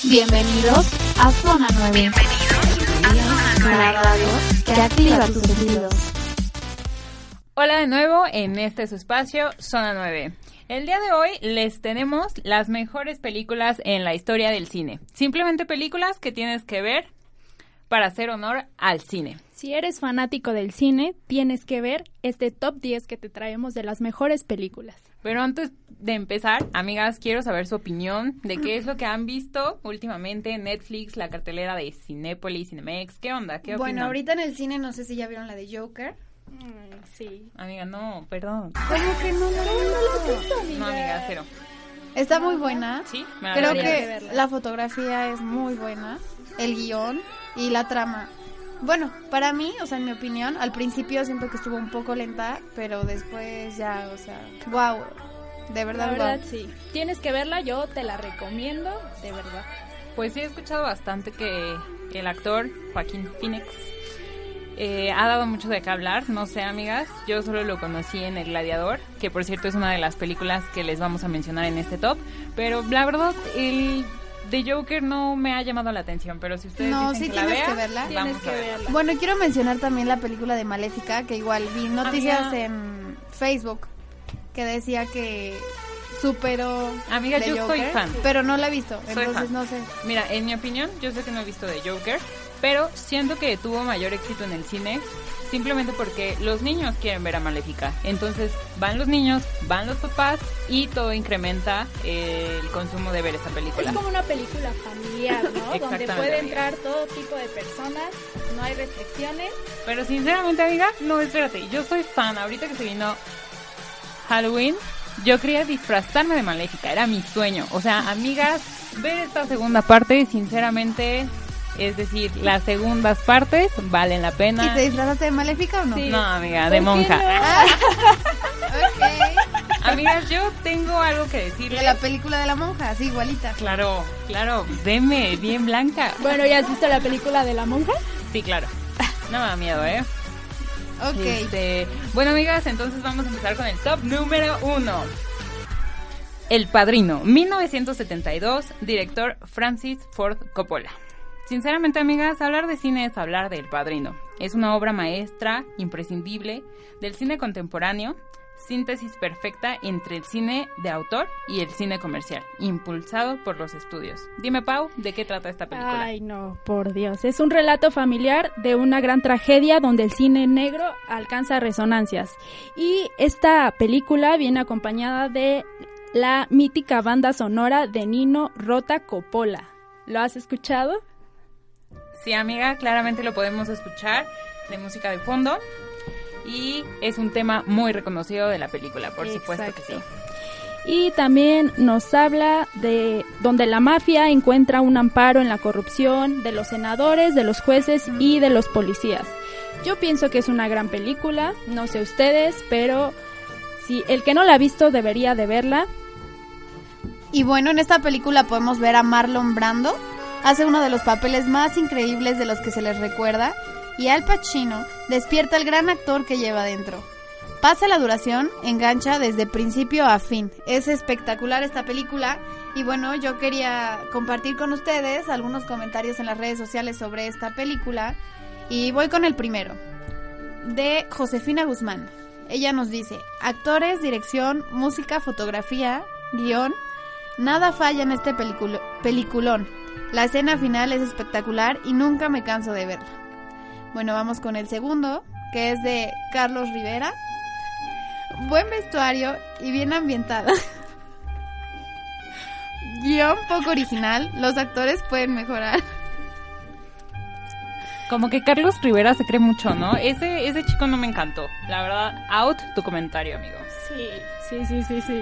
Bienvenidos a Zona 9. La radio que activa tus sentidos. Hola de nuevo en este su espacio, Zona 9. El día de hoy les tenemos las mejores películas en la historia del cine. Simplemente películas que tienes que ver para hacer honor al cine. Si eres fanático del cine, tienes que ver este top 10 que te traemos de las mejores películas. Pero antes de empezar, amigas, quiero saber su opinión de qué es lo que han visto últimamente en Netflix, la cartelera de Cinépolis, Cinemex. ¿Qué onda? ¿Qué opinan? Bueno, ahorita en el cine no sé si ya vieron la de Joker. Sí. Amiga, no, perdón. ¿Cómo que no la has visto, amiga? No, amiga, cero. Está muy buena. ¿Sí? Creo que la fotografía es muy buena, el guión y la trama. Bueno, para mí, o sea, en mi opinión, al principio siento que estuvo un poco lenta, pero después ya, o sea, wow, de verdad, La verdad, wow. sí. Tienes que verla, yo te la recomiendo, de verdad. Pues sí, he escuchado bastante que el actor Joaquín Phoenix ha dado mucho de qué hablar. No sé, amigas, yo solo lo conocí en El Gladiador, que por cierto es una de las películas que les vamos a mencionar en este top, pero la verdad, el de Joker no me ha llamado la atención, pero si ustedes No, dicen sí que la tienes vea, que verla. vamos Tienes que a ver. verla. Bueno, quiero mencionar también la película de Maléfica, que igual vi noticias Amiga. en Facebook que decía que superó Amiga, de yo soy Joker, fan. pero no la he visto, Soy entonces fan. no sé. Mira, en mi opinión, yo sé que no he visto de Joker, pero siento que tuvo mayor éxito en el cine simplemente porque los niños quieren ver a Maléfica. Entonces van los niños, van los papás y todo incrementa el consumo de ver esta película. Es como una película familiar, ¿no? Donde Exactamente, puede amiga. entrar todo tipo de personas, no hay restricciones. Pero sinceramente, amiga, no, espérate, yo soy fan. Ahorita que se vino Halloween, yo quería disfrazarme de Maléfica, era mi sueño. O sea, amigas, ver esta segunda parte, sinceramente, es decir, las segundas partes valen la pena. ¿Y te disfrazaste de Maléfica o no? Sí. No, amiga, ¿Por de qué monja. Ok. Amigas, yo tengo algo que De decirles. la película de la monja, sí, igualita. Claro, deme bien blanca. Bueno, ¿ya has visto la película de la monja? Sí, claro. No me da miedo, ¿eh? Ok. Bueno, amigas, entonces vamos a empezar con el top número 1. El Padrino, 1972, director Francis Ford Coppola. Sinceramente, amigas, hablar de cine es hablar de El Padrino. Es una obra maestra, imprescindible, del cine contemporáneo, síntesis perfecta entre el cine de autor y el cine comercial, impulsado por los estudios. Dime, Pau, ¿de qué trata esta película? Ay, no, por Dios. Es un relato familiar de una gran tragedia donde el cine negro alcanza resonancias. Y esta película viene acompañada de la mítica banda sonora de Nino Rota Coppola. ¿Lo has escuchado? Sí, amiga, claramente lo podemos escuchar de música de fondo y es un tema muy reconocido de la película, por supuesto que sí. Exacto. Y también nos habla de donde la mafia encuentra un amparo en la corrupción de los senadores, de los jueces y de los policías. Yo pienso que es una gran película, no sé ustedes, pero si el que no la ha visto debería de verla. Y bueno, en esta película podemos ver a Marlon Brando. Hace uno de los papeles más increíbles de los que se les recuerda. Y Al Pacino despierta al gran actor que lleva dentro. Pasa la duración, engancha desde principio a fin. Es espectacular esta película. Y bueno, yo quería compartir con ustedes algunos comentarios en las redes sociales sobre esta película. Y voy con el primero, de Josefina Guzmán. Ella nos dice: actores, dirección, música, fotografía, guión, nada falla en este peliculón. La escena final es espectacular y nunca me canso de verla. Bueno, vamos con el segundo, que es de Carlos Rivera. Buen vestuario y bien ambientada. Guión poco original, los actores pueden mejorar. Como que Carlos Rivera se cree mucho, ¿no? Ese chico no me encantó. La verdad, out tu comentario, amigo. Sí.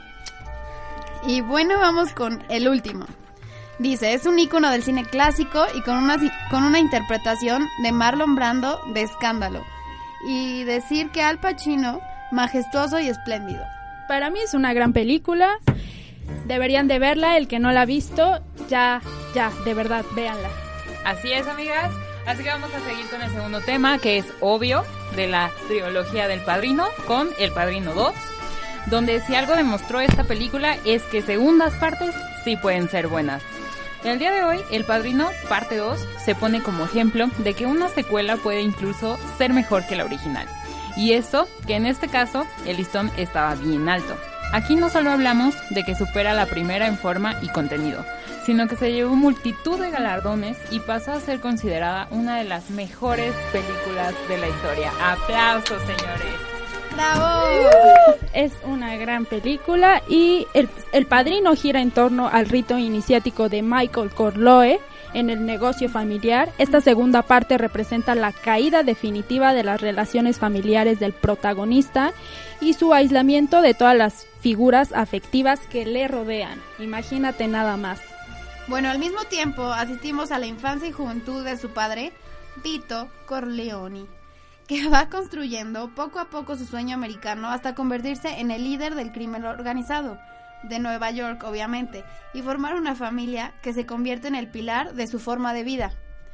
Y bueno, vamos con el último. Dice, es un ícono del cine clásico y con una interpretación de Marlon Brando de escándalo. Y decir que Al Pacino, majestuoso y espléndido. Para mí es una gran película. Deberían de verla, el que no la ha visto, ya, de verdad, véanla. Así es, amigas. Así que vamos a seguir con el segundo tema, que es obvio, de la trilogía del Padrino, con El Padrino 2, donde si algo demostró esta película es que segundas partes sí pueden ser buenas. El día de hoy, El Padrino, parte 2, se pone como ejemplo de que una secuela puede incluso ser mejor que la original. Y eso, que en este caso, el listón estaba bien alto. Aquí no solo hablamos de que supera la primera en forma y contenido, sino que se llevó multitud de galardones y pasó a ser considerada una de las mejores películas de la historia. ¡Aplausos, señores! ¡Bravo! Es una gran película y el Padrino gira en torno al rito iniciático de Michael Corleone en el negocio familiar. Esta segunda parte representa la caída definitiva de las relaciones familiares del protagonista y su aislamiento de todas las figuras afectivas que le rodean. Imagínate nada más. Bueno, al mismo tiempo asistimos a la infancia y juventud de su padre, Vito Corleone, que va construyendo poco a poco su sueño americano hasta convertirse en el líder del crimen organizado, de Nueva York obviamente, y formar una familia que se convierte en el pilar de su forma de vida.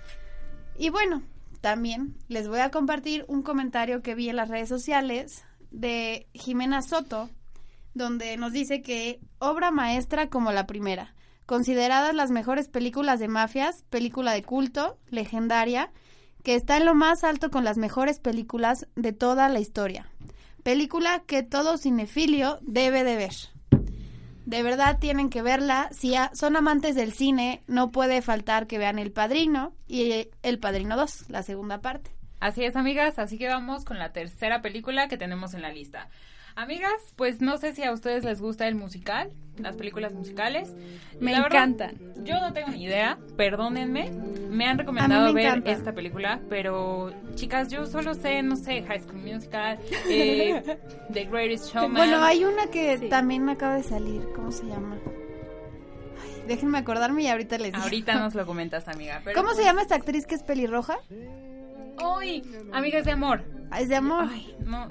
Y bueno, también les voy a compartir un comentario que vi en las redes sociales de Jimena Soto, donde nos dice que obra maestra como la primera, consideradas las mejores películas de mafias, película de culto, legendaria, que está en lo más alto con las mejores películas de toda la historia. Película que todo cinefilio debe de ver. De verdad tienen que verla. Si son amantes del cine, no puede faltar que vean El Padrino y El Padrino 2, la segunda parte. Así es, amigas, así que vamos con la tercera película que tenemos en la lista. Amigas, pues no sé si a ustedes les gusta el musical, las películas musicales. Me La verdad, encantan. yo no tengo ni idea, perdónenme. Me han recomendado ver encanta. esta película, pero chicas, yo solo sé, no sé, High School Musical, The Greatest Showman. Bueno, hay una que Sí. también acaba de salir, ¿cómo se llama? Ay, déjenme acordarme y ahorita les digo. Ahorita nos lo comentas, amiga. Pero ¿Cómo pues, se llama esta actriz que es pelirroja? ¡Ay! Amigas de amor. Ah, es de amor. Ay, no,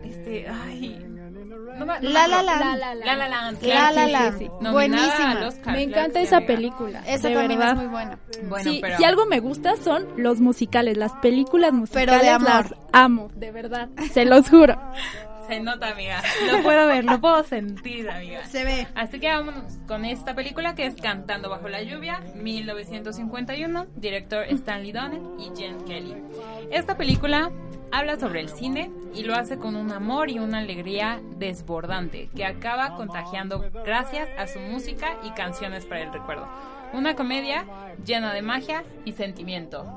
no me La La acuerdo. Land. La La Land. La claro, La sí, Land. sí, sí. Nominada Buenísima. al Oscar, Me claro encanta que sí, esa amiga. película. Esa de también verdad. es muy buena. Bueno, Sí, pero si algo me gusta son los musicales, las películas musicales. Pero de amor. Las amo, de verdad, se los juro. se nota, amiga. Lo puedo ver, lo puedo sentir, amiga. Se ve. Así que vámonos con esta película que es Cantando bajo la lluvia, 1951, director Stanley Donen y Jen Kelly. Esta película habla sobre el cine y lo hace con un amor y una alegría desbordante que acaba contagiando gracias a su música y canciones para el recuerdo. Una comedia llena de magia y sentimiento.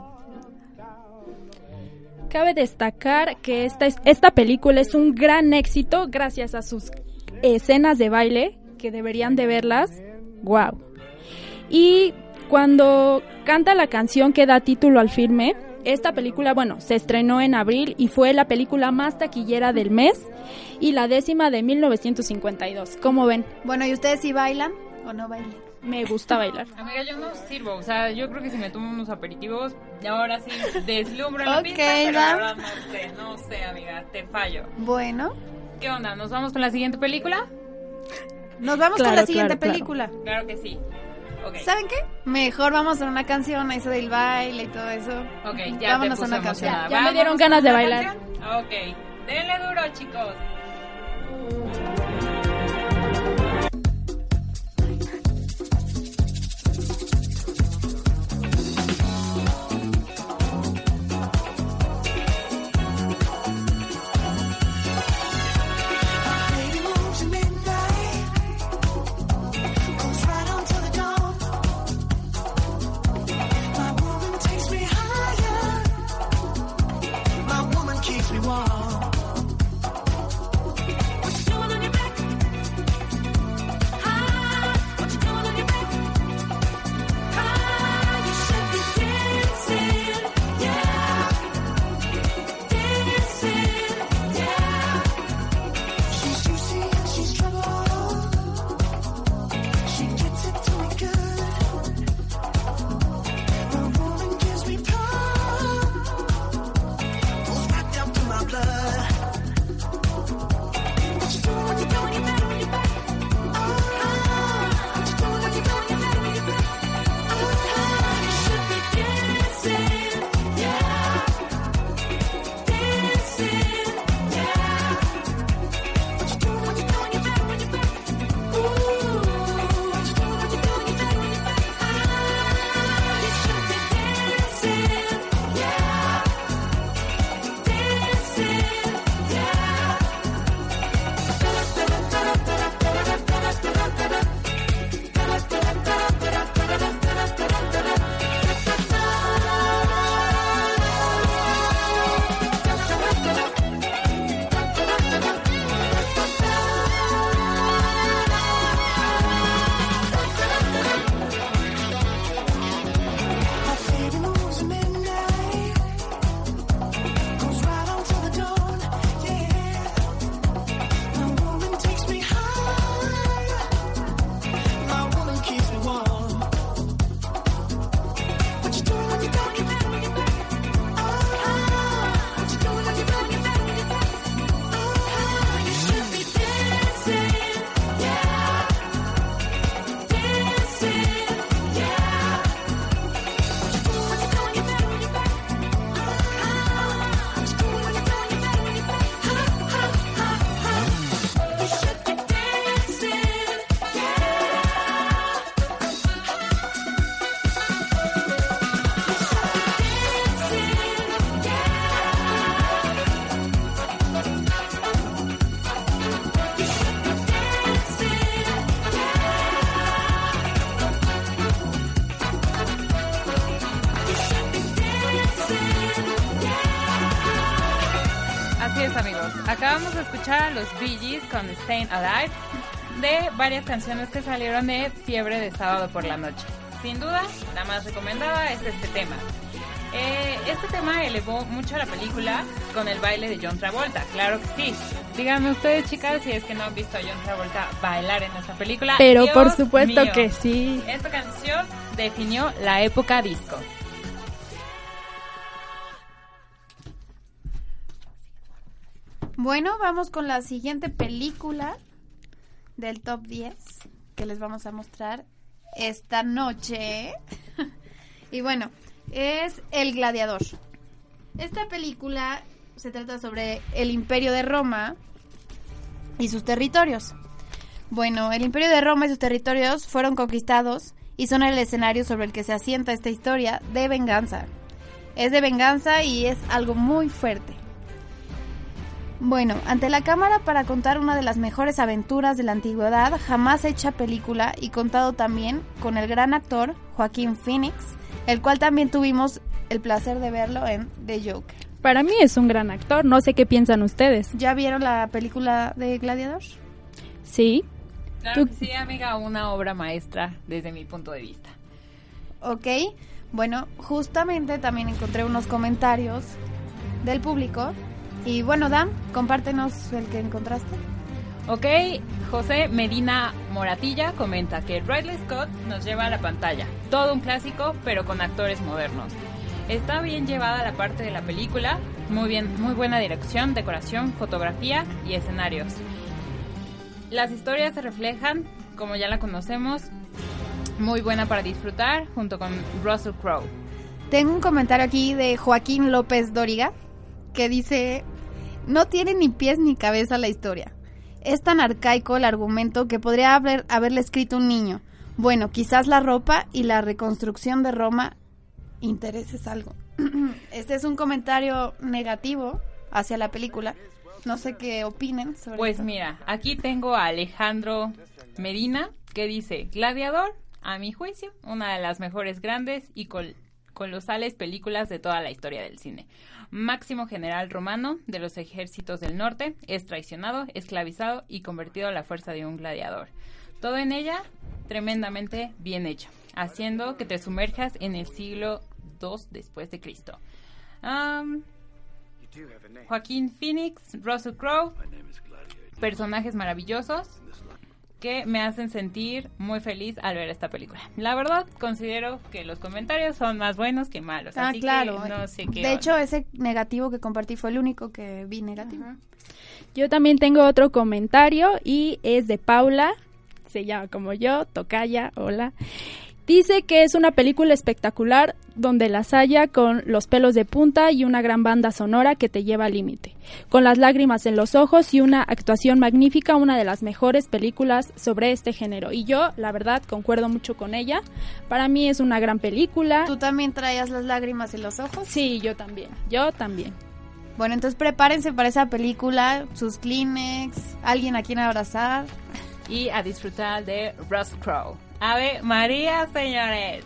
Cabe destacar que esta película es un gran éxito gracias a sus escenas de baile, que deberían de verlas. ¡Wow! Y cuando canta la canción que da título al filme, esta película, bueno, se estrenó en abril y fue la película más taquillera del mes y la 10ª de 1952. ¿Cómo ven? Bueno, ¿y ustedes sí bailan o no bailan? Me gusta bailar. Amiga, yo no sirvo, o sea, yo creo que si me tomo unos aperitivos, ahora sí deslumbro en la Ok, pista, pero va. la verdad no sé, amiga, te fallo. Bueno, ¿Qué onda? ¿Nos vamos con la siguiente película? nos vamos con Claro, la siguiente claro. película. Claro que sí. Ok, ¿Saben qué? Mejor vamos a una canción, a eso del baile y todo eso. okay, ya Vámonos te a puso una canción. emocionada. Ya me dieron ¿Vámonos ganas con de una bailar. canción? Ok, denle duro, chicos. Baby moves at midnight, goes right on till the dawn. My woman takes me higher, my woman keeps me warm. What you doing on your bed? amigos, acabamos de escuchar a los Bee Gees con Staying Alive, de varias canciones que salieron de Fiebre de Sábado por la Noche. Sin duda, la más recomendada es este tema. Este tema elevó mucho a la película con el baile de John Travolta, claro que sí. Díganme ustedes, chicas, si es que no han visto a John Travolta bailar en esta película. Pero Dios por supuesto mío, que sí. esta canción definió la época disco. Bueno, vamos con la siguiente película del top 10 que les vamos a mostrar esta noche. Y bueno, es El Gladiador. Esta película se trata sobre el Imperio de Roma y sus territorios. Bueno, el Imperio de Roma y sus territorios fueron conquistados y son el escenario sobre el que se asienta esta historia de venganza. Es de venganza y es algo muy fuerte. Bueno, ante la cámara para contar una de las mejores aventuras de la antigüedad jamás hecha película y contado también con el gran actor Joaquín Phoenix, el cual también tuvimos el placer de verlo en The Joker. Para mí es un gran actor, no sé qué piensan ustedes. ¿Ya vieron la película de Gladiador? Sí. Claro que sí, amiga, una obra maestra desde mi punto de vista. Ok, bueno, justamente también encontré unos comentarios del público. Y bueno, Dan, compártenos el que encontraste. Ok, José Medina Moratilla comenta que Ridley Scott nos lleva a la pantalla. Todo un clásico, pero con actores modernos. Está bien llevada la parte de la película, muy buena dirección, decoración, fotografía y escenarios. Las historias se reflejan, como ya la conocemos, muy buena para disfrutar, junto con Russell Crowe. Tengo un comentario aquí de Joaquín López Dóriga, que dice: no tiene ni pies ni cabeza la historia. Es tan arcaico el argumento que podría haberle escrito un niño. Bueno, quizás la ropa y la reconstrucción de Roma intereses algo. Este es un comentario negativo hacia la película. No sé qué opinen sobre Pues esto. mira, aquí tengo a Alejandro Medina, que dice: Gladiador, a mi juicio, una de las mejores grandes y colosales películas de toda la historia del cine. Máximo general romano de los ejércitos del norte, es traicionado, esclavizado y convertido a la fuerza de un gladiador. Todo en ella tremendamente bien hecho, haciendo que te sumerjas en el siglo II después de Cristo. Joaquín Phoenix, Russell Crowe, personajes maravillosos que me hacen sentir muy feliz al ver esta película. La verdad, considero que los comentarios son más buenos que malos. Así claro. que no sé qué. De hecho, ese negativo que compartí fue el único que vi negativo. Ajá. Yo también tengo otro comentario y es de Paula, se llama como yo, Tocaya, hola. Dice que es una película espectacular donde las haya con los pelos de punta y una gran banda sonora que te lleva al límite, con las lágrimas en los ojos y una actuación magnífica, una de las mejores películas sobre este género. Y yo, la verdad, concuerdo mucho con ella. Para mí es una gran película. ¿Tú también traías las lágrimas en los ojos? Sí, yo también. Bueno, entonces prepárense para esa película, sus Kleenex, alguien a quien abrazar. Y a disfrutar de Russell Crowe. Ave María, señores.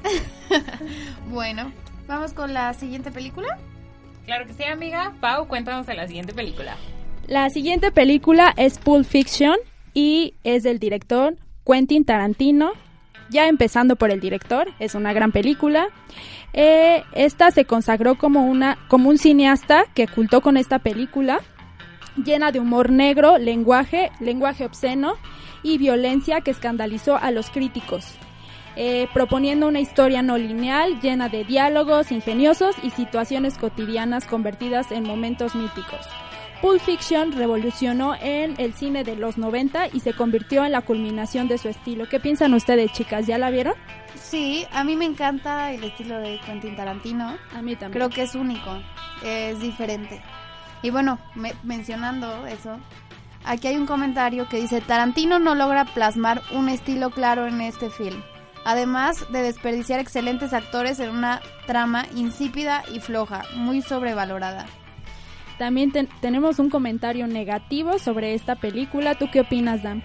Bueno, ¿vamos con la siguiente película? Claro que sí, amiga. Pau, cuéntanos de la siguiente película. La siguiente película es Pulp Fiction y es del director Quentin Tarantino. Ya empezando por el director, es una gran película. Esta se consagró como un cineasta que cultó con esta película, llena de humor negro, lenguaje obsceno y violencia que escandalizó a los críticos, proponiendo una historia no lineal, llena de diálogos ingeniosos y situaciones cotidianas convertidas en momentos míticos. Pulp Fiction revolucionó en el cine de los 90 y se convirtió en la culminación de su estilo. ¿Qué piensan ustedes, chicas? ¿Ya la vieron? Sí, a mí me encanta el estilo de Quentin Tarantino. A mí también. Creo que es único, es diferente. Y bueno, mencionando eso, aquí hay un comentario que dice: Tarantino no logra plasmar un estilo claro en este film, además de desperdiciar excelentes actores en una trama insípida y floja, muy sobrevalorada. También tenemos un comentario negativo sobre esta película. ¿Tú qué opinas, Dan?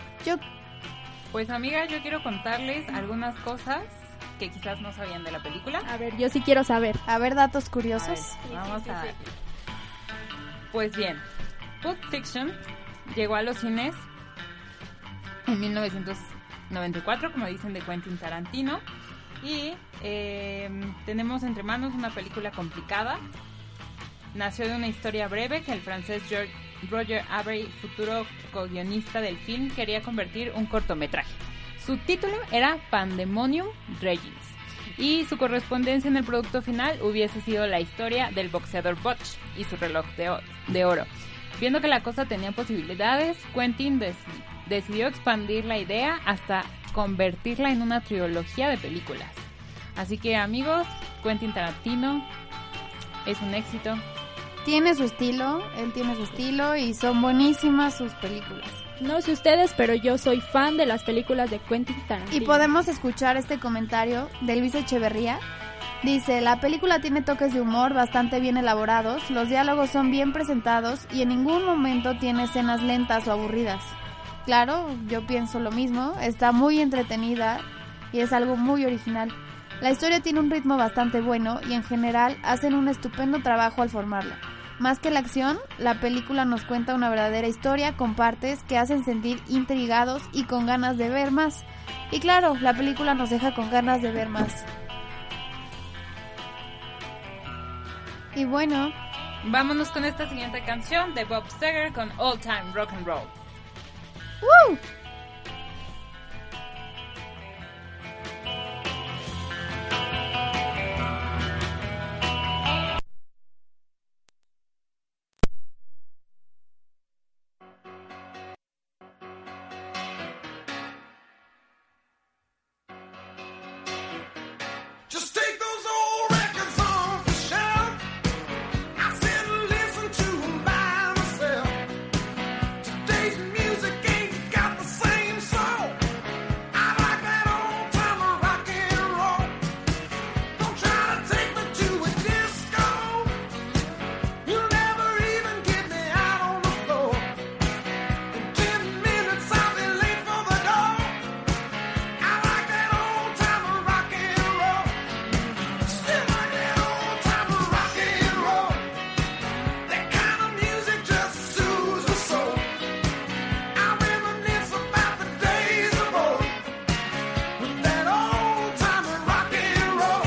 Pues, amiga, yo quiero contarles algunas cosas que quizás no sabían de la película. A ver, yo sí quiero saber. A ver, datos curiosos. Vamos a ver. Pues bien, Pulp Fiction llegó a los cines en 1994, como dicen, de Quentin Tarantino. Y tenemos entre manos una película complicada. Nació de una historia breve que el francés Roger Avary, futuro co-guionista del film, quería convertir un cortometraje. Su título era Pandemonium Regis y su correspondencia en el producto final hubiese sido la historia del boxeador Butch y su reloj de oro. Viendo que la cosa tenía posibilidades, Quentin decidió expandir la idea hasta convertirla en una trilogía de películas. Así que, amigos, Quentin Tarantino es un éxito. Tiene su estilo, él tiene su estilo y son buenísimas sus películas. No sé ustedes, pero yo soy fan de las películas de Quentin Tarantino. Y podemos escuchar este comentario de Luis Echeverría. Dice, la película tiene toques de humor bastante bien elaborados, los diálogos son bien presentados y en ningún momento tiene escenas lentas o aburridas. Claro, yo pienso lo mismo, está muy entretenida y es algo muy original. La historia tiene un ritmo bastante bueno y en general hacen un estupendo trabajo al formarla. Más que la acción, la película nos cuenta una verdadera historia con partes que hacen sentir intrigados y con ganas de ver más. Y claro, la película nos deja con ganas de ver más. Y bueno, vámonos con esta siguiente canción de Bob Seger con All Time Rock and Roll. ¡woo! Just take those old records off the shelf. I sit and listen to 'em by myself. Today's music ain't got the same soul. I like that old time rock and roll. Don't try to take me to a disco. You'll never even get me out on the floor. In 10 minutes I'll be late for the door. I like that old time rock and roll. Still like that old time rock and roll. That kind of music just soothes my soul. I reminisce about the days of old with that old time rock and roll.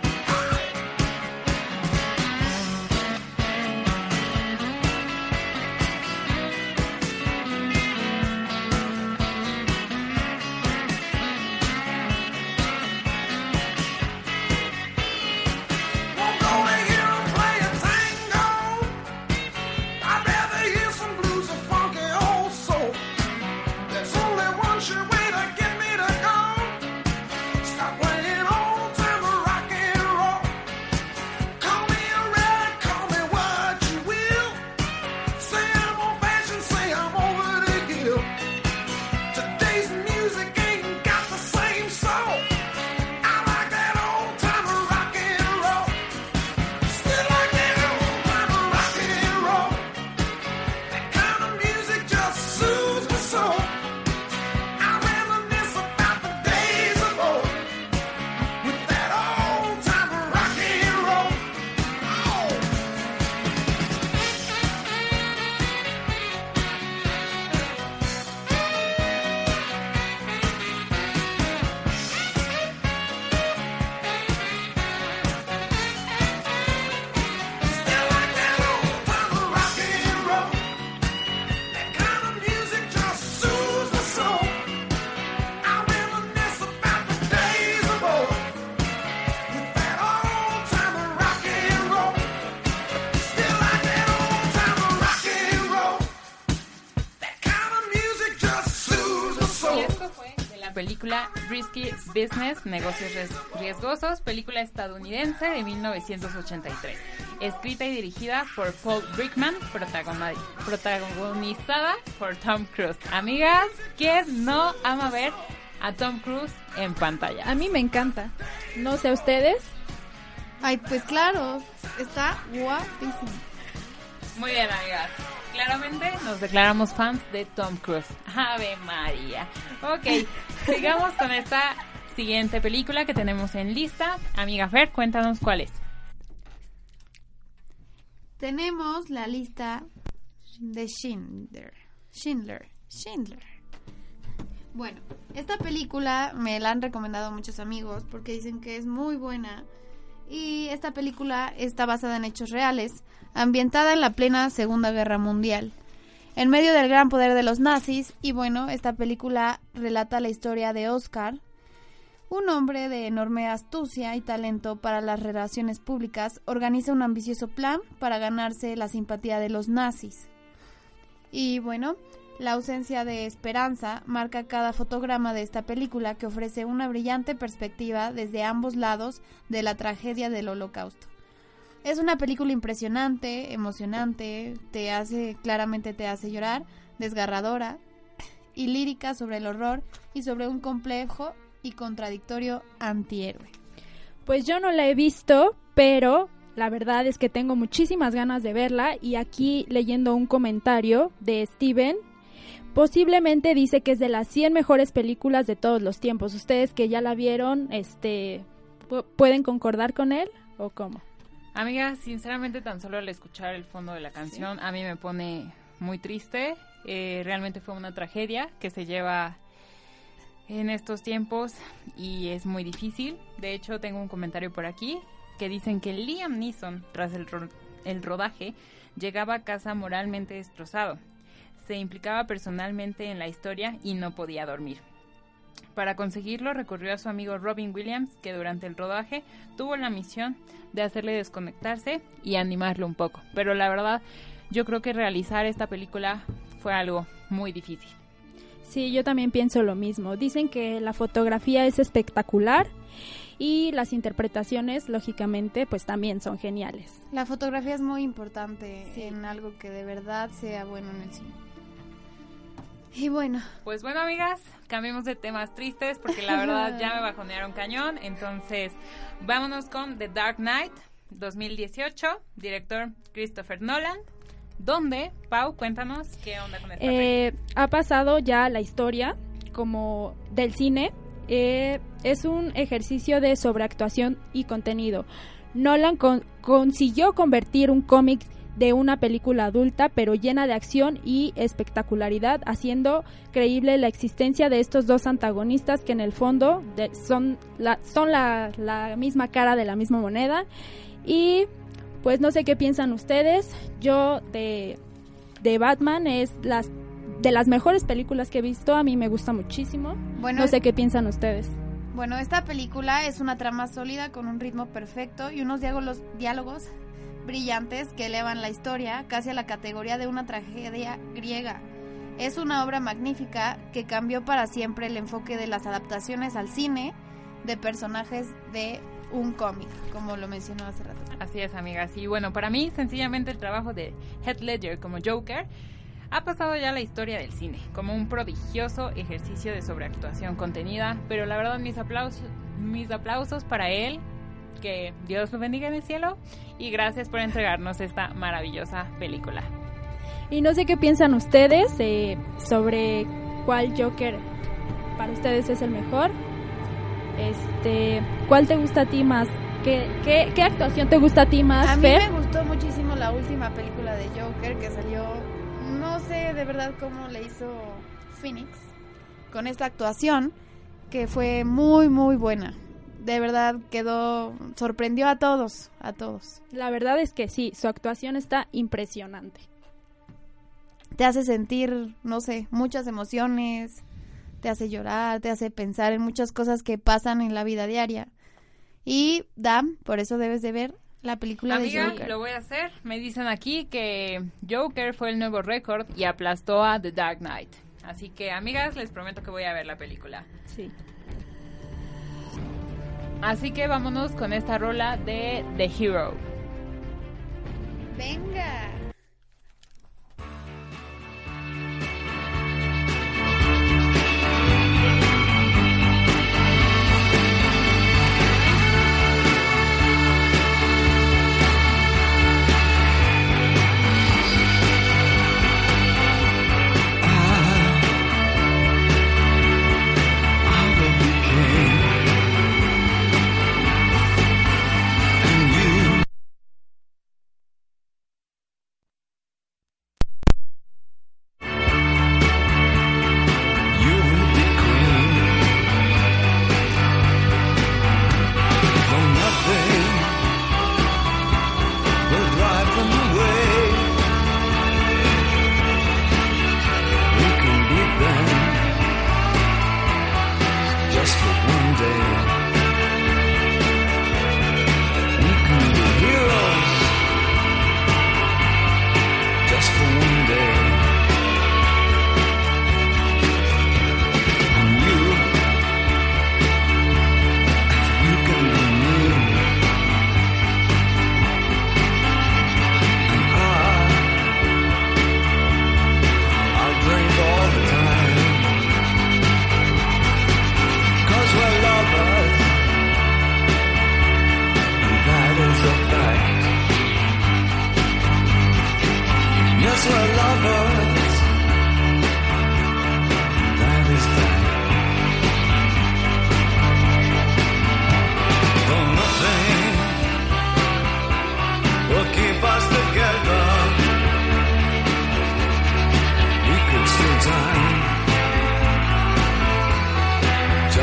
Won't go to hear 'em play a tango. I'd rather hear some blues or funky old soul. There's only one sure way to get me to go. Stop playing old time rock and roll. Call me a red, call me what you will. Say I'm old fashioned, say I'm over the hill. Today's music ain't got the same soul. I like that old time rock and roll. Still like that old time rock and roll. That kind of music just soothes my soul. I reminisce about the days of old with that old time rock and roll. Oh. Still like that old time rock and roll. That kind of music just soothes my soul. I reminisce about the days of old with that old time rock and roll. Still like that old time rock and roll. That kind of music just soothes my Y soul. esto fue de la película Risky Business, Negocios Riesgosos, película estadounidense de 1983, escrita y dirigida por Paul Brickman, protagonizada por Tom Cruise. Amigas, ¿quién no ama ver a Tom Cruise en pantalla? A mí me encanta. No sé ustedes. ay, pues claro, está guapísimo. Muy bien, amigas. Claramente nos declaramos fans de Tom Cruise. Ave María. Ok, sigamos con esta siguiente película que tenemos en lista. Amiga Fer, cuéntanos cuál es. Tenemos la lista de Schindler. Bueno, esta película me la han recomendado muchos amigos porque dicen que es muy buena. Y esta película está basada en hechos reales, ambientada en la plena Segunda Guerra Mundial, en medio del gran poder de los nazis. Y bueno, esta película relata la historia de Oscar, un hombre de enorme astucia y talento para las relaciones públicas. Organiza un ambicioso plan para ganarse la simpatía de los nazis. Y bueno, la ausencia de esperanza marca cada fotograma de esta película, que ofrece una brillante perspectiva desde ambos lados de la tragedia del Holocausto. Es una película impresionante, emocionante, claramente te hace llorar, desgarradora y lírica sobre el horror y sobre un complejo y contradictorio antihéroe. Pues yo no la he visto, pero la verdad es que tengo muchísimas ganas de verla, y aquí leyendo un comentario de Steven, posiblemente dice que es de las 100 mejores películas de todos los tiempos. Ustedes que ya la vieron, ¿pueden concordar con él o cómo? Amiga, sinceramente tan solo al escuchar el fondo de la canción, ¿sí?, a mí me pone muy triste. Realmente fue una tragedia que se lleva en estos tiempos y es muy difícil. De hecho, tengo un comentario por aquí que dicen que Liam Neeson, tras el rodaje, llegaba a casa moralmente destrozado. Se implicaba personalmente en la historia y no podía dormir. Para conseguirlo recurrió a su amigo Robin Williams, que durante el rodaje tuvo la misión de hacerle desconectarse y animarlo un poco. Pero la verdad, yo creo que realizar esta película fue algo muy difícil. Sí, yo también pienso lo mismo. Dicen que la fotografía es espectacular y las interpretaciones, lógicamente, pues también son geniales. La fotografía es muy importante, sí, en algo que de verdad sea bueno en el cine. Y bueno. Pues bueno, amigas, cambiemos de temas tristes porque la verdad ya me bajonearon cañón. Entonces, vámonos con The Dark Knight 2018, director Christopher Nolan. ¿Dónde? Pau, cuéntanos qué onda con esta película. Ha pasado ya la historia como del cine. Es un ejercicio de sobreactuación y contenido. Nolan consiguió convertir un cómic de una película adulta, pero llena de acción y espectacularidad, haciendo creíble la existencia de estos dos antagonistas que en el fondo son la misma cara de la misma moneda. Y pues no sé qué piensan ustedes. Yo de Batman es de las mejores películas que he visto. A mí me gusta muchísimo. Bueno, no sé qué piensan ustedes. Bueno, esta película es una trama sólida con un ritmo perfecto y unos diálogos brillantes que elevan la historia casi a la categoría de una tragedia griega. Es una obra magnífica que cambió para siempre el enfoque de las adaptaciones al cine de personajes de un cómic, como lo mencionó hace rato. Así es, amigas. Y bueno, para mí, sencillamente el trabajo de Heath Ledger como Joker ha pasado ya a la historia del cine, como un prodigioso ejercicio de sobreactuación contenida, pero la verdad mis aplausos para él, que Dios lo bendiga en el cielo, y gracias por entregarnos esta maravillosa película. Y no sé qué piensan ustedes sobre cuál Joker para ustedes es el mejor. ¿Cuál te gusta a ti más? ¿Qué actuación te gusta a ti más, A mí Fer? me gustó muchísimo la última película de Joker que salió, no sé de verdad cómo le hizo Phoenix con esta actuación, que fue muy muy buena. De verdad sorprendió a todos. La verdad es que sí, su actuación está impresionante. Te hace sentir, no sé, muchas emociones, te hace llorar, te hace pensar en muchas cosas que pasan en la vida diaria. Y, Dan, por eso debes de ver la película de Joker. Amiga, lo voy a hacer. Me dicen aquí que Joker fue el nuevo récord y aplastó a The Dark Knight. Así que, amigas, les prometo que voy a ver la película. Sí. Así que vámonos con esta rola de The Hero. Venga.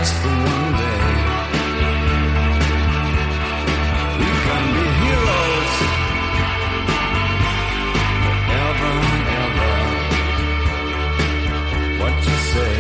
just for one day. We can be heroes forever and ever. What you say?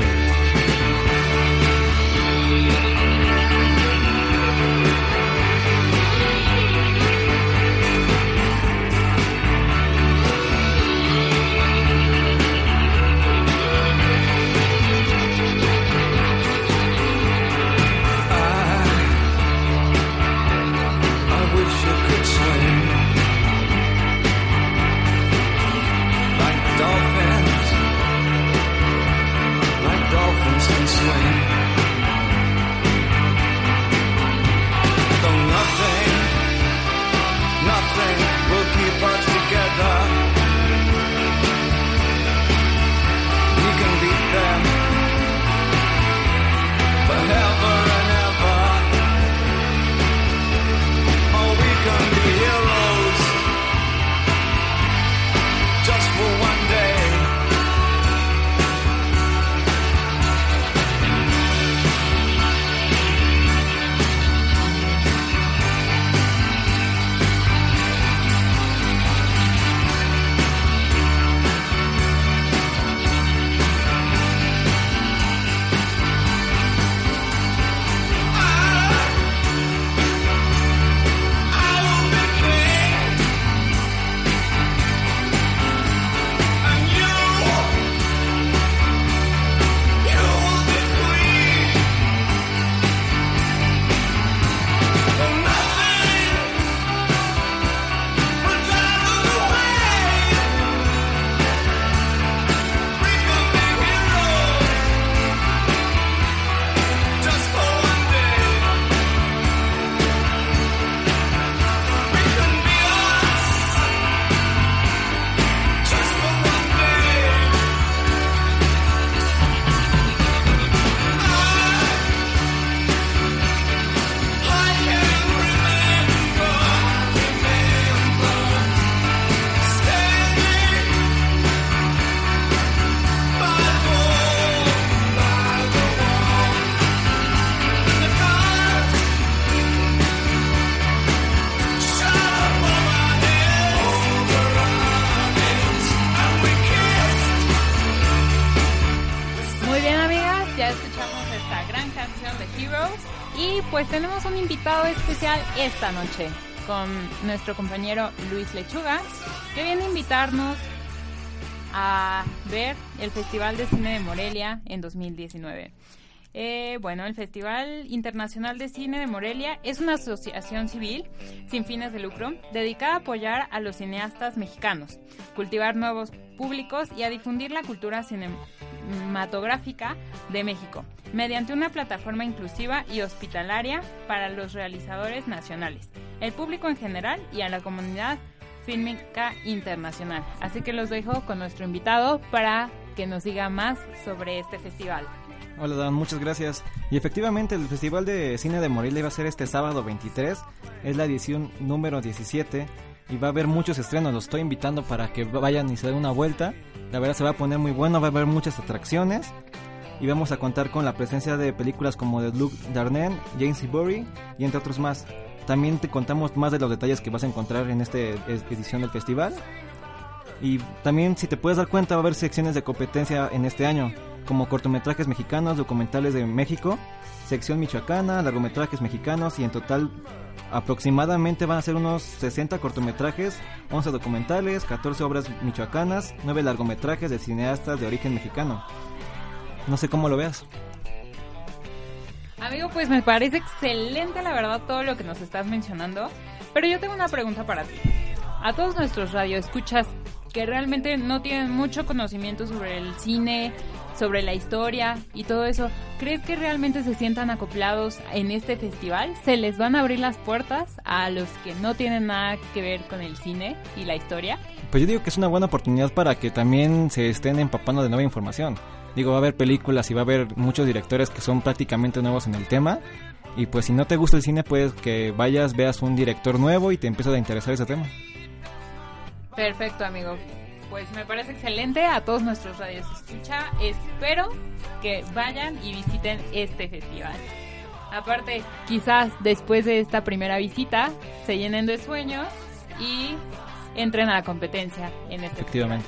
Pues tenemos un invitado especial esta noche con nuestro compañero Luis Lechuga, que viene a invitarnos a ver el Festival de Cine de Morelia en 2019. Bueno, el Festival Internacional de Cine de Morelia es una asociación civil sin fines de lucro dedicada a apoyar a los cineastas mexicanos, cultivar nuevos públicos y a difundir la cultura cinematográfica de México mediante una plataforma inclusiva y hospitalaria para los realizadores nacionales, el público en general y a la comunidad fílmica internacional. Así que los dejo con nuestro invitado para que nos diga más sobre este festival. Hola Dan, muchas gracias. Y efectivamente el Festival de Cine de Morelia va a ser este sábado 23, es la edición número 17 y va a haber muchos estrenos, los estoy invitando para que vayan y se den una vuelta. La verdad se va a poner muy bueno, va a haber muchas atracciones y vamos a contar con la presencia de películas como de Luc Darnell, James Ivory y entre otros más. También te contamos más de los detalles que vas a encontrar en esta edición del festival. Y también, si te puedes dar cuenta, va a haber secciones de competencia en este año, como cortometrajes mexicanos, documentales de México, sección michoacana, largometrajes mexicanos y en total aproximadamente van a ser unos 60 cortometrajes, 11 documentales, 14 obras michoacanas, 9 largometrajes de cineastas de origen mexicano. No sé cómo lo veas. Amigo, pues me parece excelente la verdad todo lo que nos estás mencionando, pero yo tengo una pregunta para ti. A todos nuestros radioescuchas que realmente no tienen mucho conocimiento sobre el cine, sobre la historia y todo eso, ¿crees que realmente se sientan acoplados en este festival? ¿Se les van a abrir las puertas a los que no tienen nada que ver con el cine y la historia? Pues yo digo que es una buena oportunidad para que también se estén empapando de nueva información. Digo, va a haber películas y va a haber muchos directores que son prácticamente nuevos en el tema. Y pues si no te gusta el cine, pues que vayas, veas un director nuevo y te empieza a interesar ese tema. Perfecto, amigo. Pues me parece excelente. A todos nuestros radios escucha, espero que vayan y visiten este festival. Aparte, quizás después de esta primera visita se llenen de sueños y entren a la competencia en este Efectivamente.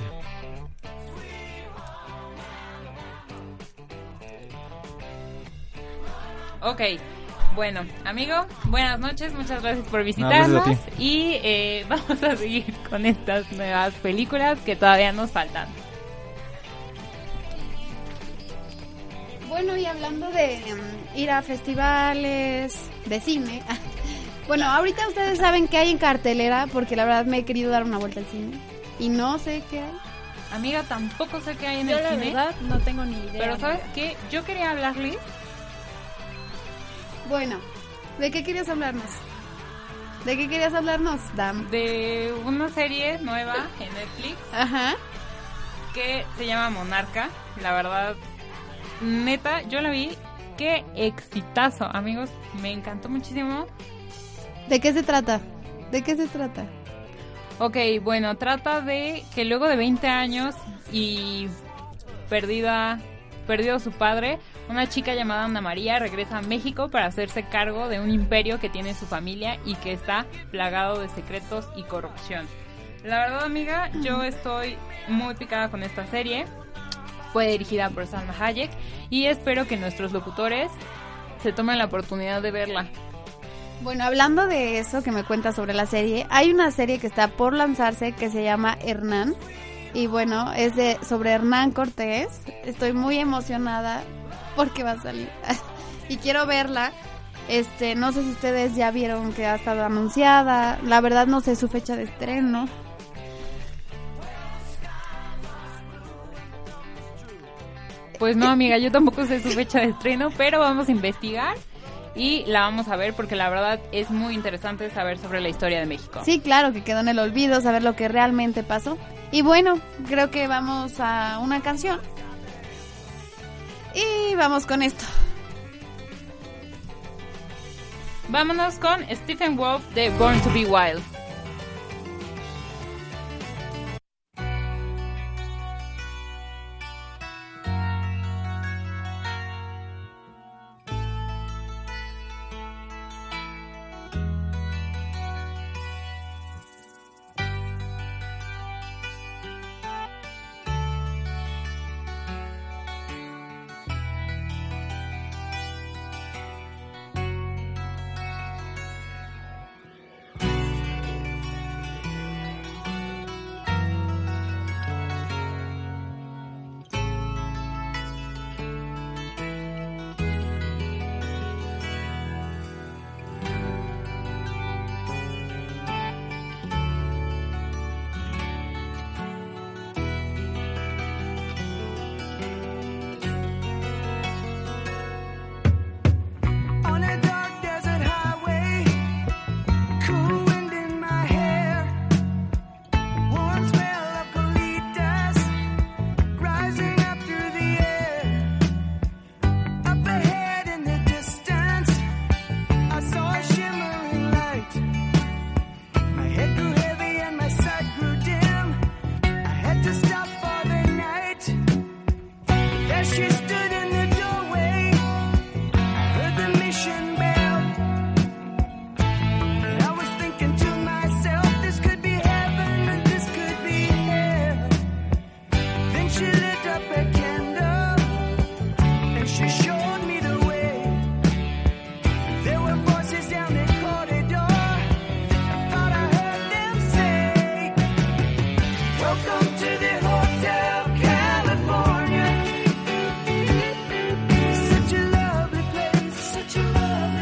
festival. Ok, bueno, amigo, buenas noches, muchas gracias por gracias visitarnos a ti. y vamos a seguir con estas nuevas películas que todavía nos faltan. Bueno, y hablando de ir a festivales de cine, bueno, ahorita ustedes saben qué hay en cartelera, porque la verdad me he querido dar una vuelta al cine y no sé qué hay. Amiga, tampoco sé qué hay en Yo el la cine, verdad no tengo ni idea. pero ¿sabes amiga. qué? Yo quería hablarles Bueno, ¿de qué querías hablarnos? ¿De qué querías hablarnos, Dam? de una serie nueva en Netflix Ajá. que se llama Monarca. La verdad, neta, yo la vi. Qué exitazo, amigos. Me encantó muchísimo. ¿De qué se trata? ¿De qué se trata? Ok, bueno, trata de que luego de 20 años y perdido su padre, una chica llamada Ana María regresa a México para hacerse cargo de un imperio que tiene su familia y que está plagado de secretos y corrupción. La verdad, amiga, yo estoy muy picada con esta serie. Fue dirigida por Salma Hayek y espero que nuestros locutores se tomen la oportunidad de verla. Bueno, hablando de eso que me cuentas sobre la serie, hay una serie que está por lanzarse que se llama Hernán. Y bueno, es sobre Hernán Cortés. Estoy muy emocionada porque va a salir. Y quiero verla. No sé si ustedes ya vieron que ha estado anunciada. La verdad no sé su fecha de estreno. Pues no, amiga, yo tampoco sé su fecha de estreno, pero vamos a investigar y la vamos a ver porque la verdad es muy interesante saber sobre la historia de México. Sí, claro, que quedó en el olvido, saber lo que realmente pasó. Y bueno, creo que vamos a una canción. Y vamos con esto. Vámonos con Stephen Wolf de Born to Be Wild. On a dark desert highway, cool wind in my hair, warm smell of colitas rising up through the air. Up ahead in the distance, I saw a shimmering light. My head grew heavy and my sight grew dim. I had to stop for the night. There she stood in the doorway. Heard the mission bell. And I was thinking to myself, this could be heaven and this could be hell. Then she lit up a candle and she showed me the way. There were voices down the corridor. I thought I heard them say, welcome to the Hotel California. Such a lovely place, such a lovely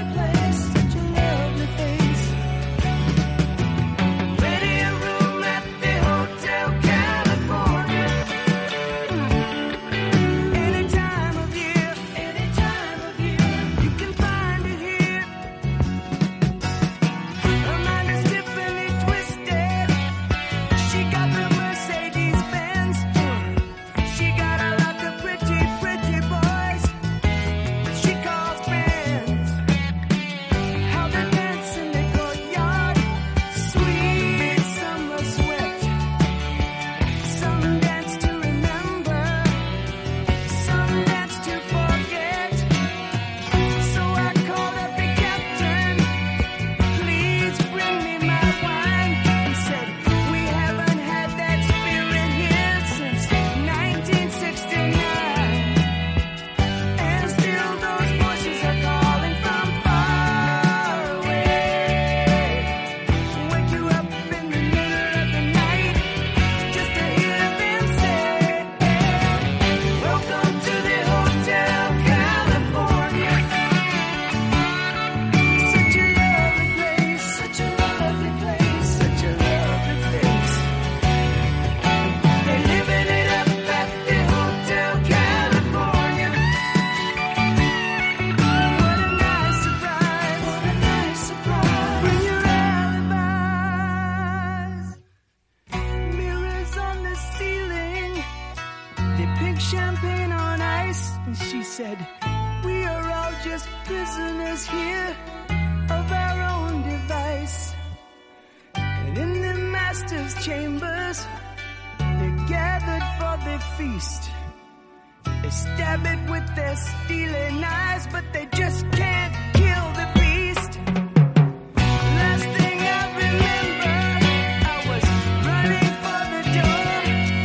prisoners here of our own device. And in the master's chambers, they're gathered for their feast. They stab it with their steely knives, but they just can't kill the beast. Last thing I remember, I was running for the door.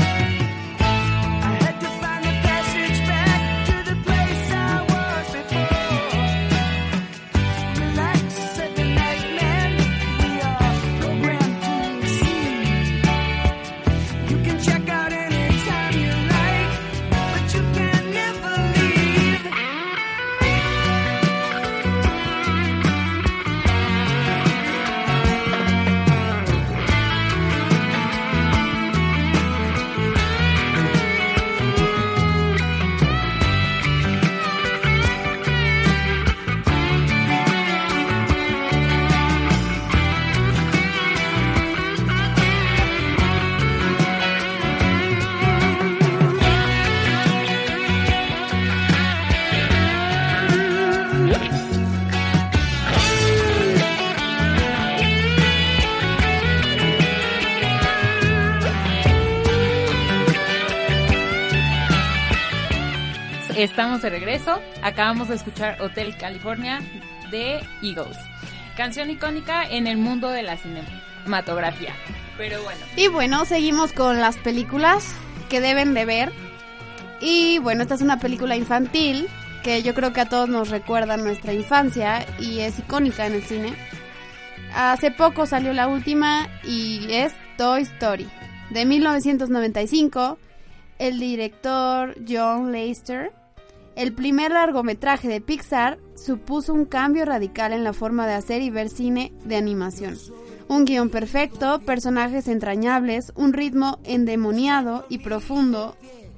I had to find the passage back to the place I was before. Relax, said the night man, we are programmed to receive. You can check out anytime you like, but you can never leave. Estamos de regreso. Acabamos de escuchar Hotel California de Eagles. Canción icónica en el mundo de la cinematografía. Pero bueno. Y bueno, seguimos con las películas que deben de ver. Y bueno, esta es una película infantil que yo creo que a todos nos recuerda nuestra infancia y es icónica en el cine. Hace poco salió la última y es Toy Story, de 1995. El director John Lasseter. El primer largometraje de Pixar supuso un cambio radical en la forma de hacer y ver cine de animación. Un guión perfecto, personajes entrañables, un ritmo endemoniado y profundo.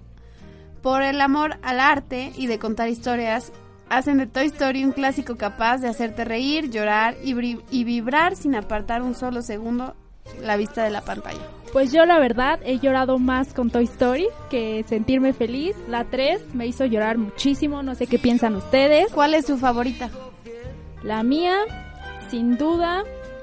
Por el amor al arte y de contar historias, hacen de Toy Story un clásico capaz de hacerte reír, llorar y vibrar sin apartar un solo segundo la vista de la pantalla. Pues yo la verdad he llorado más con Toy Story que sentirme feliz. La 3 me hizo llorar muchísimo, no sé qué piensan ustedes. ¿Cuál es su favorita? La mía, sin duda,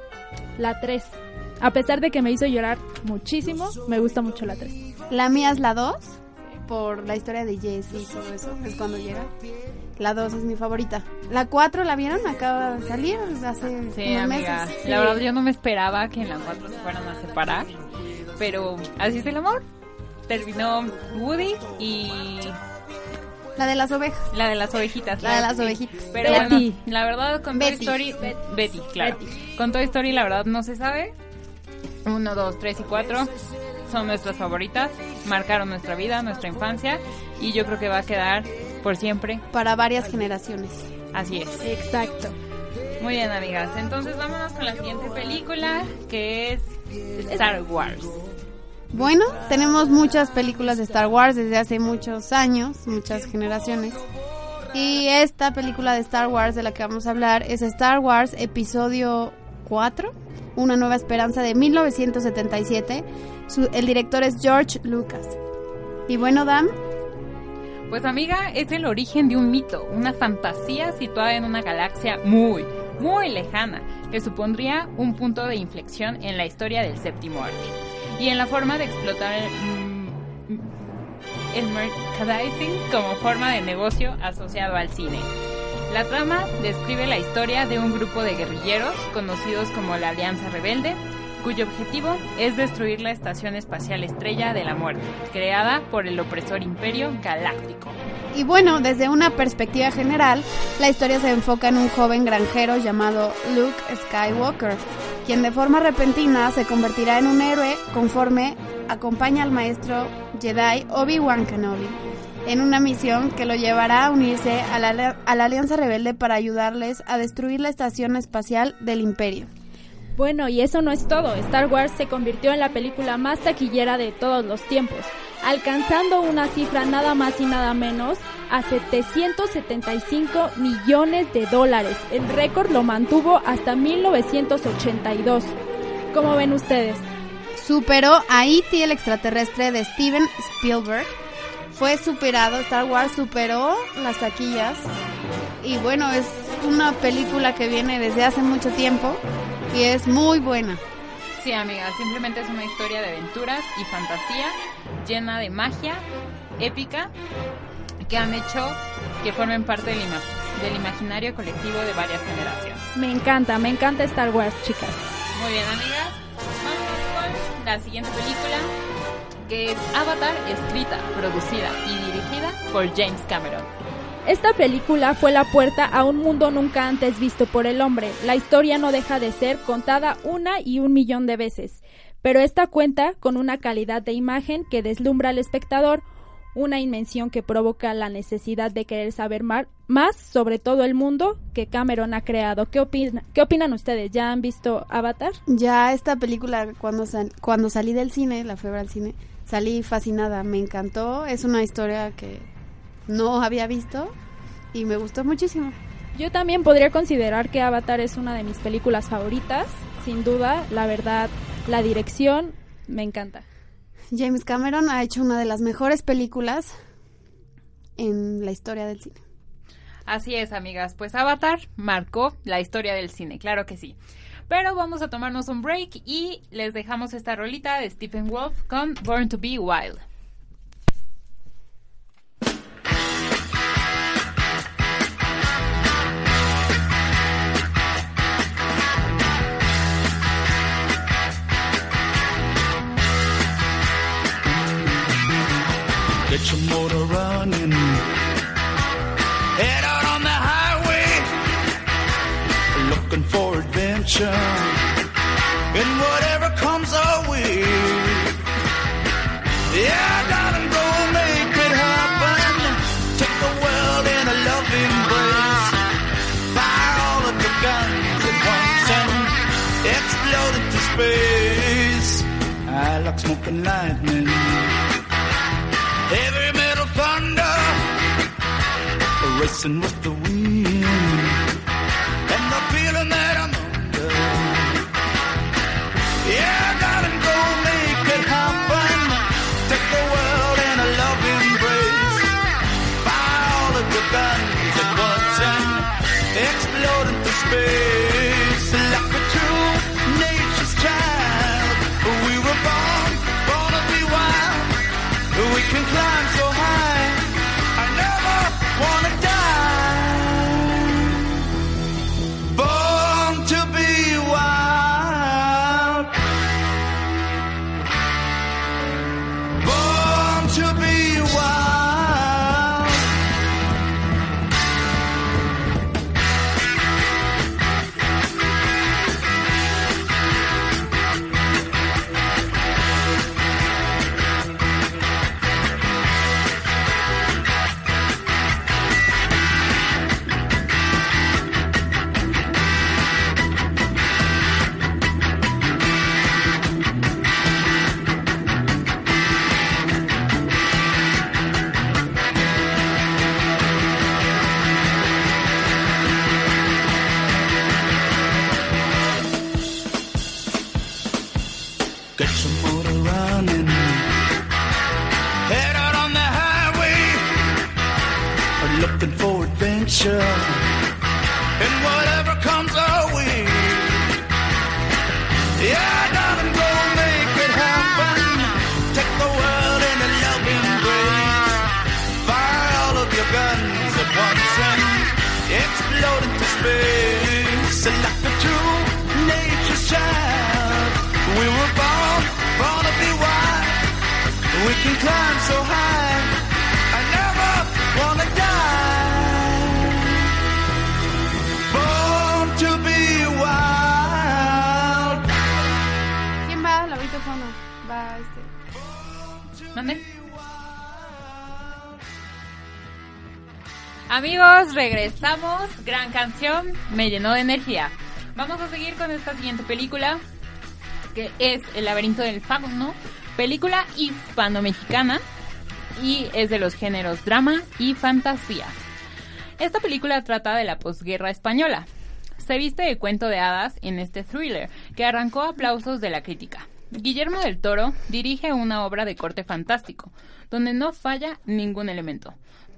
la 3. A pesar de que me hizo llorar muchísimo, me gusta mucho la 3. La mía es la 2, por la historia de Jessie y todo eso, es cuando llega. La 2 es mi favorita. La 4, ¿la vieron? Acaba de salir hace unos amiga. meses. La verdad yo no me esperaba que en la 4 se fueran a separar, pero así es el amor. Terminó Woody y... La de las ovejas. La de las ovejitas. La de las ovejitas. Pero Betty. bueno, la verdad con Betty. Toy Story... Betty, claro. Betty. Con Toy Story la verdad no se sabe. 1, 2, 3 y 4 son nuestras favoritas. Marcaron nuestra vida, nuestra infancia. Y yo creo que va a quedar por siempre. Para varias generaciones. Así es. Exacto. Muy bien, amigas. Entonces vámonos con la siguiente película, que es Star Wars. Bueno, tenemos muchas películas de Star Wars desde hace muchos años, muchas generaciones. Y esta película de Star Wars de la que vamos a hablar es Star Wars Episodio 4, Una Nueva Esperanza, de 1977. El director es George Lucas. Y bueno, Dan, Pues amiga, es el origen de un mito, una fantasía situada en una galaxia muy, muy lejana, que supondría un punto de inflexión en la historia del séptimo arte y en la forma de explotar el merchandising como forma de negocio asociado al cine. La trama describe la historia de un grupo de guerrilleros conocidos como la Alianza Rebelde, cuyo objetivo es destruir la Estación Espacial Estrella de la Muerte, creada por el opresor Imperio Galáctico. y bueno, desde una perspectiva general, la historia se enfoca en un joven granjero llamado Luke Skywalker, quien de forma repentina se convertirá en un héroe conforme acompaña al maestro Jedi Obi-Wan Kenobi en una misión que lo llevará a unirse a la Alianza Rebelde para ayudarles a destruir la Estación Espacial del Imperio. Bueno, y eso no es todo. Star Wars se convirtió en la película más taquillera de todos los tiempos, alcanzando una cifra nada más y nada menos a $775 millones. El récord lo mantuvo hasta 1982. ¿Cómo ven ustedes? Superó a E.T. el extraterrestre de Steven Spielberg. Fue superado, Star Wars superó las taquillas. Y bueno, es una película que viene desde hace mucho tiempo y es muy buena. Sí, amiga, simplemente es una historia de aventuras y fantasía llena de magia épica que han hecho que formen parte del imaginario colectivo de varias generaciones. Me encanta Star Wars, chicas. Muy bien, amigas, vamos con la siguiente película, que es Avatar, escrita, producida y dirigida por James Cameron. Esta película fue la puerta a un mundo nunca antes visto por el hombre. La historia no deja de ser contada 1,000,000 de veces, pero esta cuenta con una calidad de imagen que deslumbra al espectador, una inmersión que provoca la necesidad de querer saber más sobre todo el mundo que Cameron ha creado. ¿Qué opinan ustedes? ¿Ya han visto Avatar? Ya esta película, cuando salí del cine, la fui a ver al cine, salí fascinada, me encantó. Es una historia que no había visto y me gustó muchísimo. Yo también podría considerar que Avatar es una de mis películas favoritas, sin duda. La verdad, la dirección me encanta. James Cameron ha hecho una de las mejores películas en la historia del cine. Así es, amigas, pues Avatar marcó la historia del cine, claro que sí. Pero vamos a tomarnos un break y les dejamos esta rolita de Stephen Wolf con Born to Be Wild. Get your motor running. Head out on the highway, looking for adventure. And whatever comes our way, yeah, darling, go make it happen. Take the world in a loving embrace. Fire all of your guns at once and explode into space. I like smoking lightning. Heavy metal thunder, racing with the wind, and the feeling that I'm under. Yeah, darling, go make it happen. Take the world in a loving embrace. Fire all of your guns at once and explode into space. Like a true nature's child, we were born to be wild. We can climb so high, I never wanna die. Born to be wild. Born to be wild. Get your motor running. Head out on the highway, looking for adventure. And whatever comes our way, yeah, darling, go make it happen. Take the world in a loving embrace. Fire all of your guns at once and explode into space. Like a true nature's child, we were born to be wild. We can climb so high, I never wanna die. Born to be wild. ¿Quién va? ¿La Vito Fono? Va ¿Mande? Amigos, regresamos. Gran canción, me llenó de energía. Vamos a seguir con esta siguiente película, que es El laberinto del fauno, película hispano-mexicana y es de los géneros drama y fantasía. Esta película trata de la posguerra española. Se viste de cuento de hadas en este thriller, que arrancó aplausos de la crítica. Guillermo del Toro dirige una obra de corte fantástico, donde no falla ningún elemento.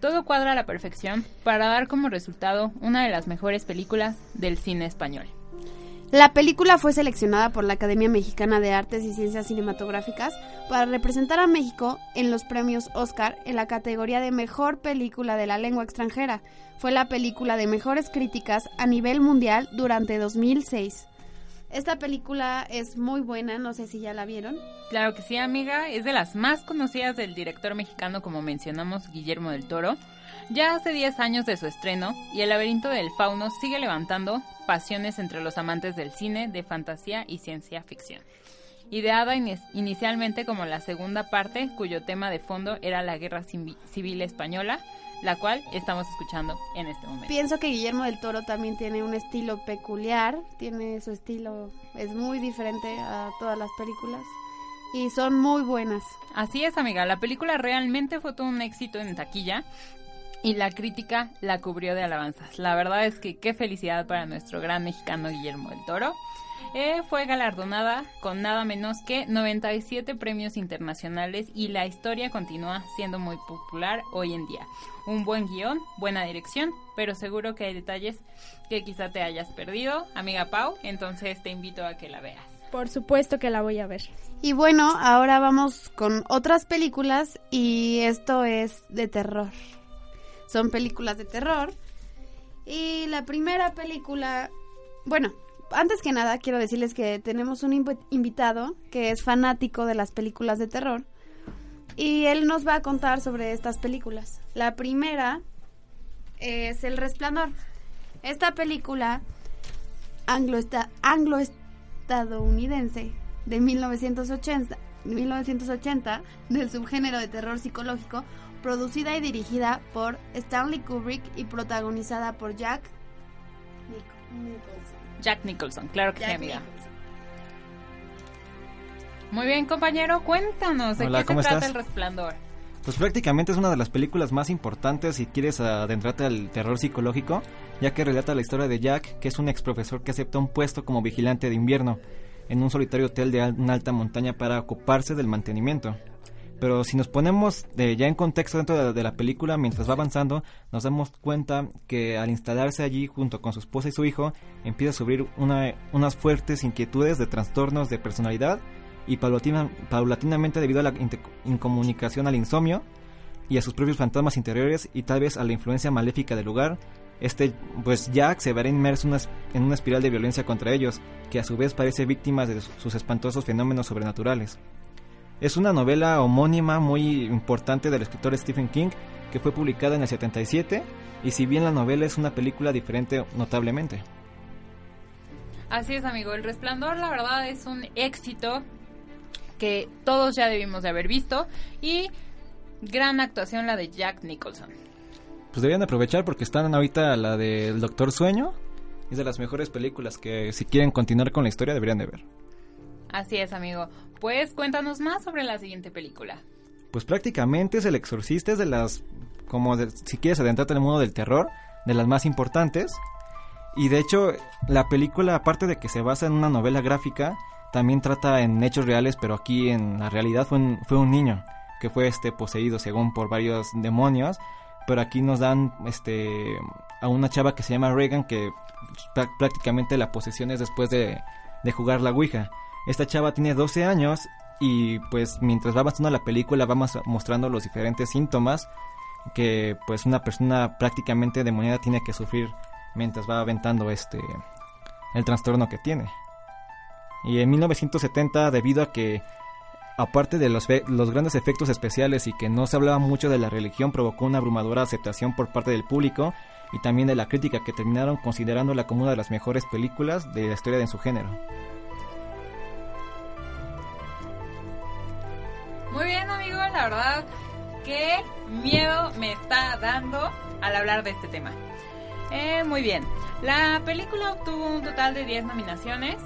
Todo cuadra a la perfección para dar como resultado una de las mejores películas del cine español. La película fue seleccionada por la Academia Mexicana de Artes y Ciencias Cinematográficas para representar a México en los premios Oscar en la categoría de Mejor Película de la Lengua Extranjera. Fue la película de mejores críticas a nivel mundial durante 2006. Esta película es muy buena, no sé si ya la vieron. Claro que sí, amiga, es de las más conocidas del director mexicano, como mencionamos, Guillermo del Toro. Ya hace 10 años de su estreno y El laberinto del fauno sigue levantando pasiones entre los amantes del cine de fantasía y ciencia ficción. Ideada inicialmente como la segunda parte, cuyo tema de fondo era la Guerra Civil Española, la cual estamos escuchando en este momento. Pienso que Guillermo del Toro también tiene un estilo peculiar, tiene su estilo, es muy diferente a todas las películas y son muy buenas. Así es, amiga, la película realmente fue todo un éxito en taquilla y la crítica la cubrió de alabanzas. La verdad es que qué felicidad para nuestro gran mexicano Guillermo del Toro. Fue galardonada con nada menos que 97 premios internacionales y la historia continúa siendo muy popular hoy en día. Un buen guión, buena dirección, pero seguro que hay detalles que quizá te hayas perdido, amiga Pau, entonces te invito a que la veas. Por supuesto que la voy a ver. Y bueno, ahora vamos con otras películas y esto es de terror. Son películas de terror y la primera película, bueno, antes que nada quiero decirles que tenemos un invitado que es fanático de las películas de terror y él nos va a contar sobre estas películas. La primera es El Resplandor. Esta película anglo-estadounidense de 1980 del subgénero de terror psicológico, producida y dirigida por Stanley Kubrick y protagonizada por Jack Nicholson, claro que sí, amiga. Muy bien, compañero, cuéntanos, ¿de Hola, qué se ¿cómo trata estás? El Resplandor? Pues prácticamente es una de las películas más importantes si quieres adentrarte al terror psicológico, ya que relata la historia de Jack, que es un ex profesor que acepta un puesto como vigilante de invierno en un solitario hotel de una alta montaña para ocuparse del mantenimiento. Pero si nos ponemos ya en contexto dentro de la película, mientras va avanzando, nos damos cuenta que al instalarse allí junto con su esposa y su hijo, empieza a sufrir unas fuertes inquietudes de trastornos de personalidad y paulatinamente debido a la incomunicación al insomnio y a sus propios fantasmas interiores y tal vez a la influencia maléfica del lugar, pues Jack se verá inmerso en una espiral de violencia contra ellos, que a su vez parece víctima de sus espantosos fenómenos sobrenaturales. Es una novela homónima muy importante del escritor Stephen King, que fue publicada en el 77, y si bien la novela es una película diferente notablemente. Así es, amigo, El Resplandor la verdad es un éxito que todos ya debimos de haber visto, y gran actuación la de Jack Nicholson. Pues deberían aprovechar porque están ahorita la del Doctor Sueño, es de las mejores películas que si quieren continuar con la historia deberían de ver. Así es, amigo. Pues cuéntanos más sobre la siguiente película. Pues prácticamente es El Exorcista, es de las, si quieres adentrarte en el mundo del terror, de las más importantes. Y de hecho, la película, aparte de que se basa en una novela gráfica, también trata en hechos reales, pero aquí en la realidad fue un niño que fue poseído según por varios demonios. Pero aquí nos dan a una chava que se llama Regan, que prácticamente la posesión es después de jugar la Ouija. Esta chava tiene 12 años y pues mientras va avanzando la película vamos mostrando los diferentes síntomas que pues una persona prácticamente demoniada tiene que sufrir mientras va aventando el trastorno que tiene. Y en 1970, debido a que aparte de los grandes efectos especiales y que no se hablaba mucho de la religión, provocó una abrumadora aceptación por parte del público y también de la crítica, que terminaron considerándola como una de las mejores películas de la historia de su género. Muy bien, amigo, la verdad, qué miedo me está dando al hablar de este tema. Muy bien, la película obtuvo un total de 10 nominaciones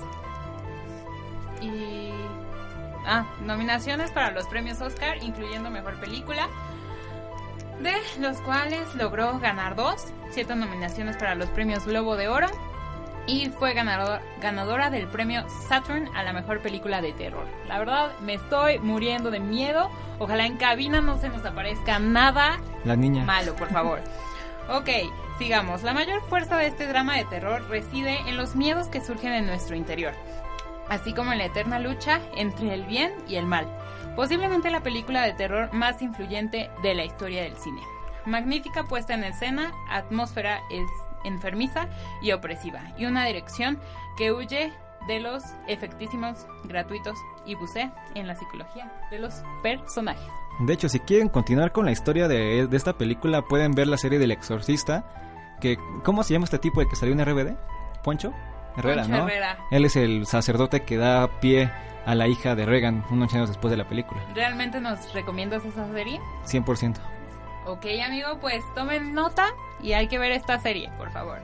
y... nominaciones para los premios Oscar, incluyendo Mejor Película, de los cuales logró ganar 2, 7 nominaciones para los premios Globo de Oro y fue ganadora del premio Saturn a la mejor película de terror. La verdad, me estoy muriendo de miedo. Ojalá en cabina no se nos aparezca nada La niña. malo, por favor. Ok, sigamos. La mayor fuerza de este drama de terror reside en los miedos que surgen en nuestro interior, así como en la eterna lucha entre el bien y el mal. Posiblemente la película de terror más influyente de la historia del cine. Magnífica puesta en escena, atmósfera enfermiza y opresiva, y una dirección que huye de los efectísimos gratuitos y bucea en la psicología de los personajes. De hecho, si quieren continuar con la historia de esta película, pueden ver la serie del Exorcista, que ¿cómo se llama este tipo de que salió en RBD? ¿Poncho? Herrera, Poncho ¿no? Herrera. Él es el sacerdote que da pie a la hija de Regan unos años después de la película. ¿Realmente nos recomiendas esa serie? 100%. Ok, amigo, pues tomen nota y hay que ver esta serie, por favor.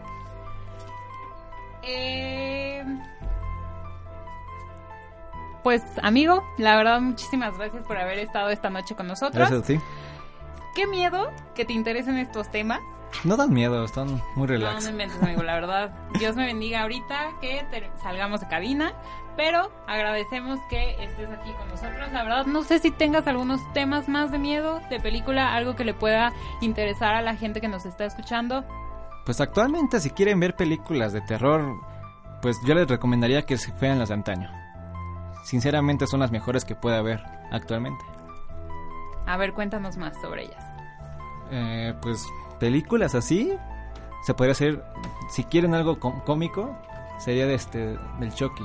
Pues, amigo, la verdad, muchísimas gracias por haber estado esta noche con nosotros. Gracias a ti. Qué miedo que te interesen estos temas. No dan miedo, están muy No, relax. no inventes, amigo, la verdad. Dios me bendiga ahorita que salgamos de cabina, pero agradecemos que estés aquí con nosotros. La verdad, no sé si tengas algunos temas más de miedo, de película, algo que le pueda interesar a la gente que nos está escuchando. Pues actualmente, si quieren ver películas de terror, pues yo les recomendaría que se vean las de antaño. Sinceramente son las mejores que puede haber actualmente. A ver, cuéntanos más sobre ellas. Pues películas así se podría hacer, si quieren algo cómico, sería del Chucky.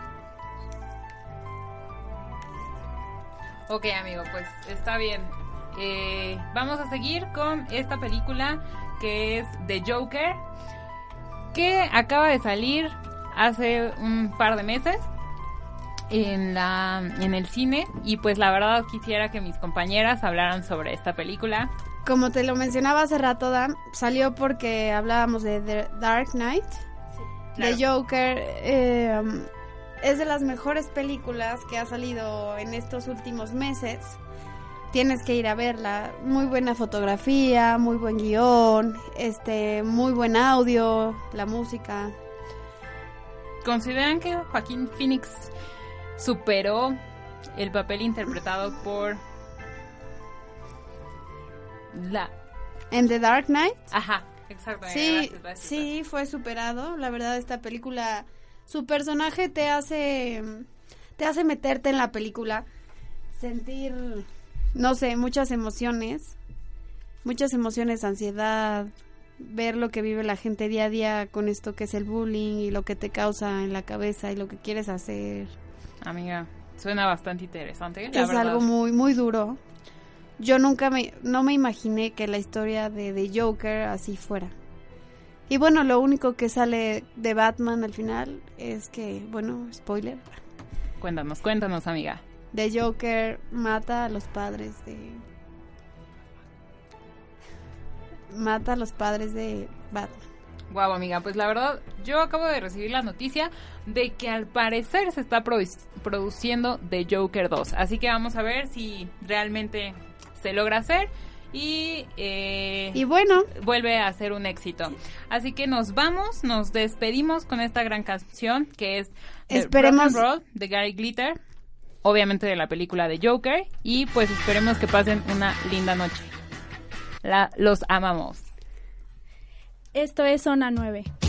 Ok, amigo, pues está bien. Vamos a seguir con esta película que es The Joker, que acaba de salir hace un par de meses en el cine, y pues la verdad quisiera que mis compañeras hablaran sobre esta película. Como te lo mencionaba hace rato, Dan, salió porque hablábamos de The Dark Knight. Claro. The Joker es de las mejores películas que ha salido en estos últimos meses. Tienes que ir a verla. Muy buena fotografía, muy buen guión, muy buen audio, la música. ¿Consideran que Joaquín Phoenix superó el papel interpretado por En The Dark Knight, Ajá, exactamente. sí, Gracias. sí, fue superado. La verdad, esta película, su personaje te hace meterte en la película, sentir, no sé, muchas emociones, ansiedad, ver lo que vive la gente día a día con esto que es el bullying y lo que te causa en la cabeza y lo que quieres hacer. Amiga, suena bastante interesante, la Es verdad. algo muy, muy duro. Yo no me imaginé que la historia de The Joker así fuera. Y bueno, lo único que sale de Batman al final es que, bueno, spoiler, Cuéntanos, amiga. The Joker mata a los padres de Batman. Guau, amiga, pues la verdad, yo acabo de recibir la noticia de que al parecer se está produciendo The Joker 2. Así que vamos a ver si realmente se logra hacer y bueno, vuelve a ser un éxito. Así que nos despedimos con esta gran canción que es Esperemos- Rock and Roll de Gary Glitter, obviamente de la película de Joker, y pues esperemos que pasen una linda noche. Los amamos. Esto es Zona 9.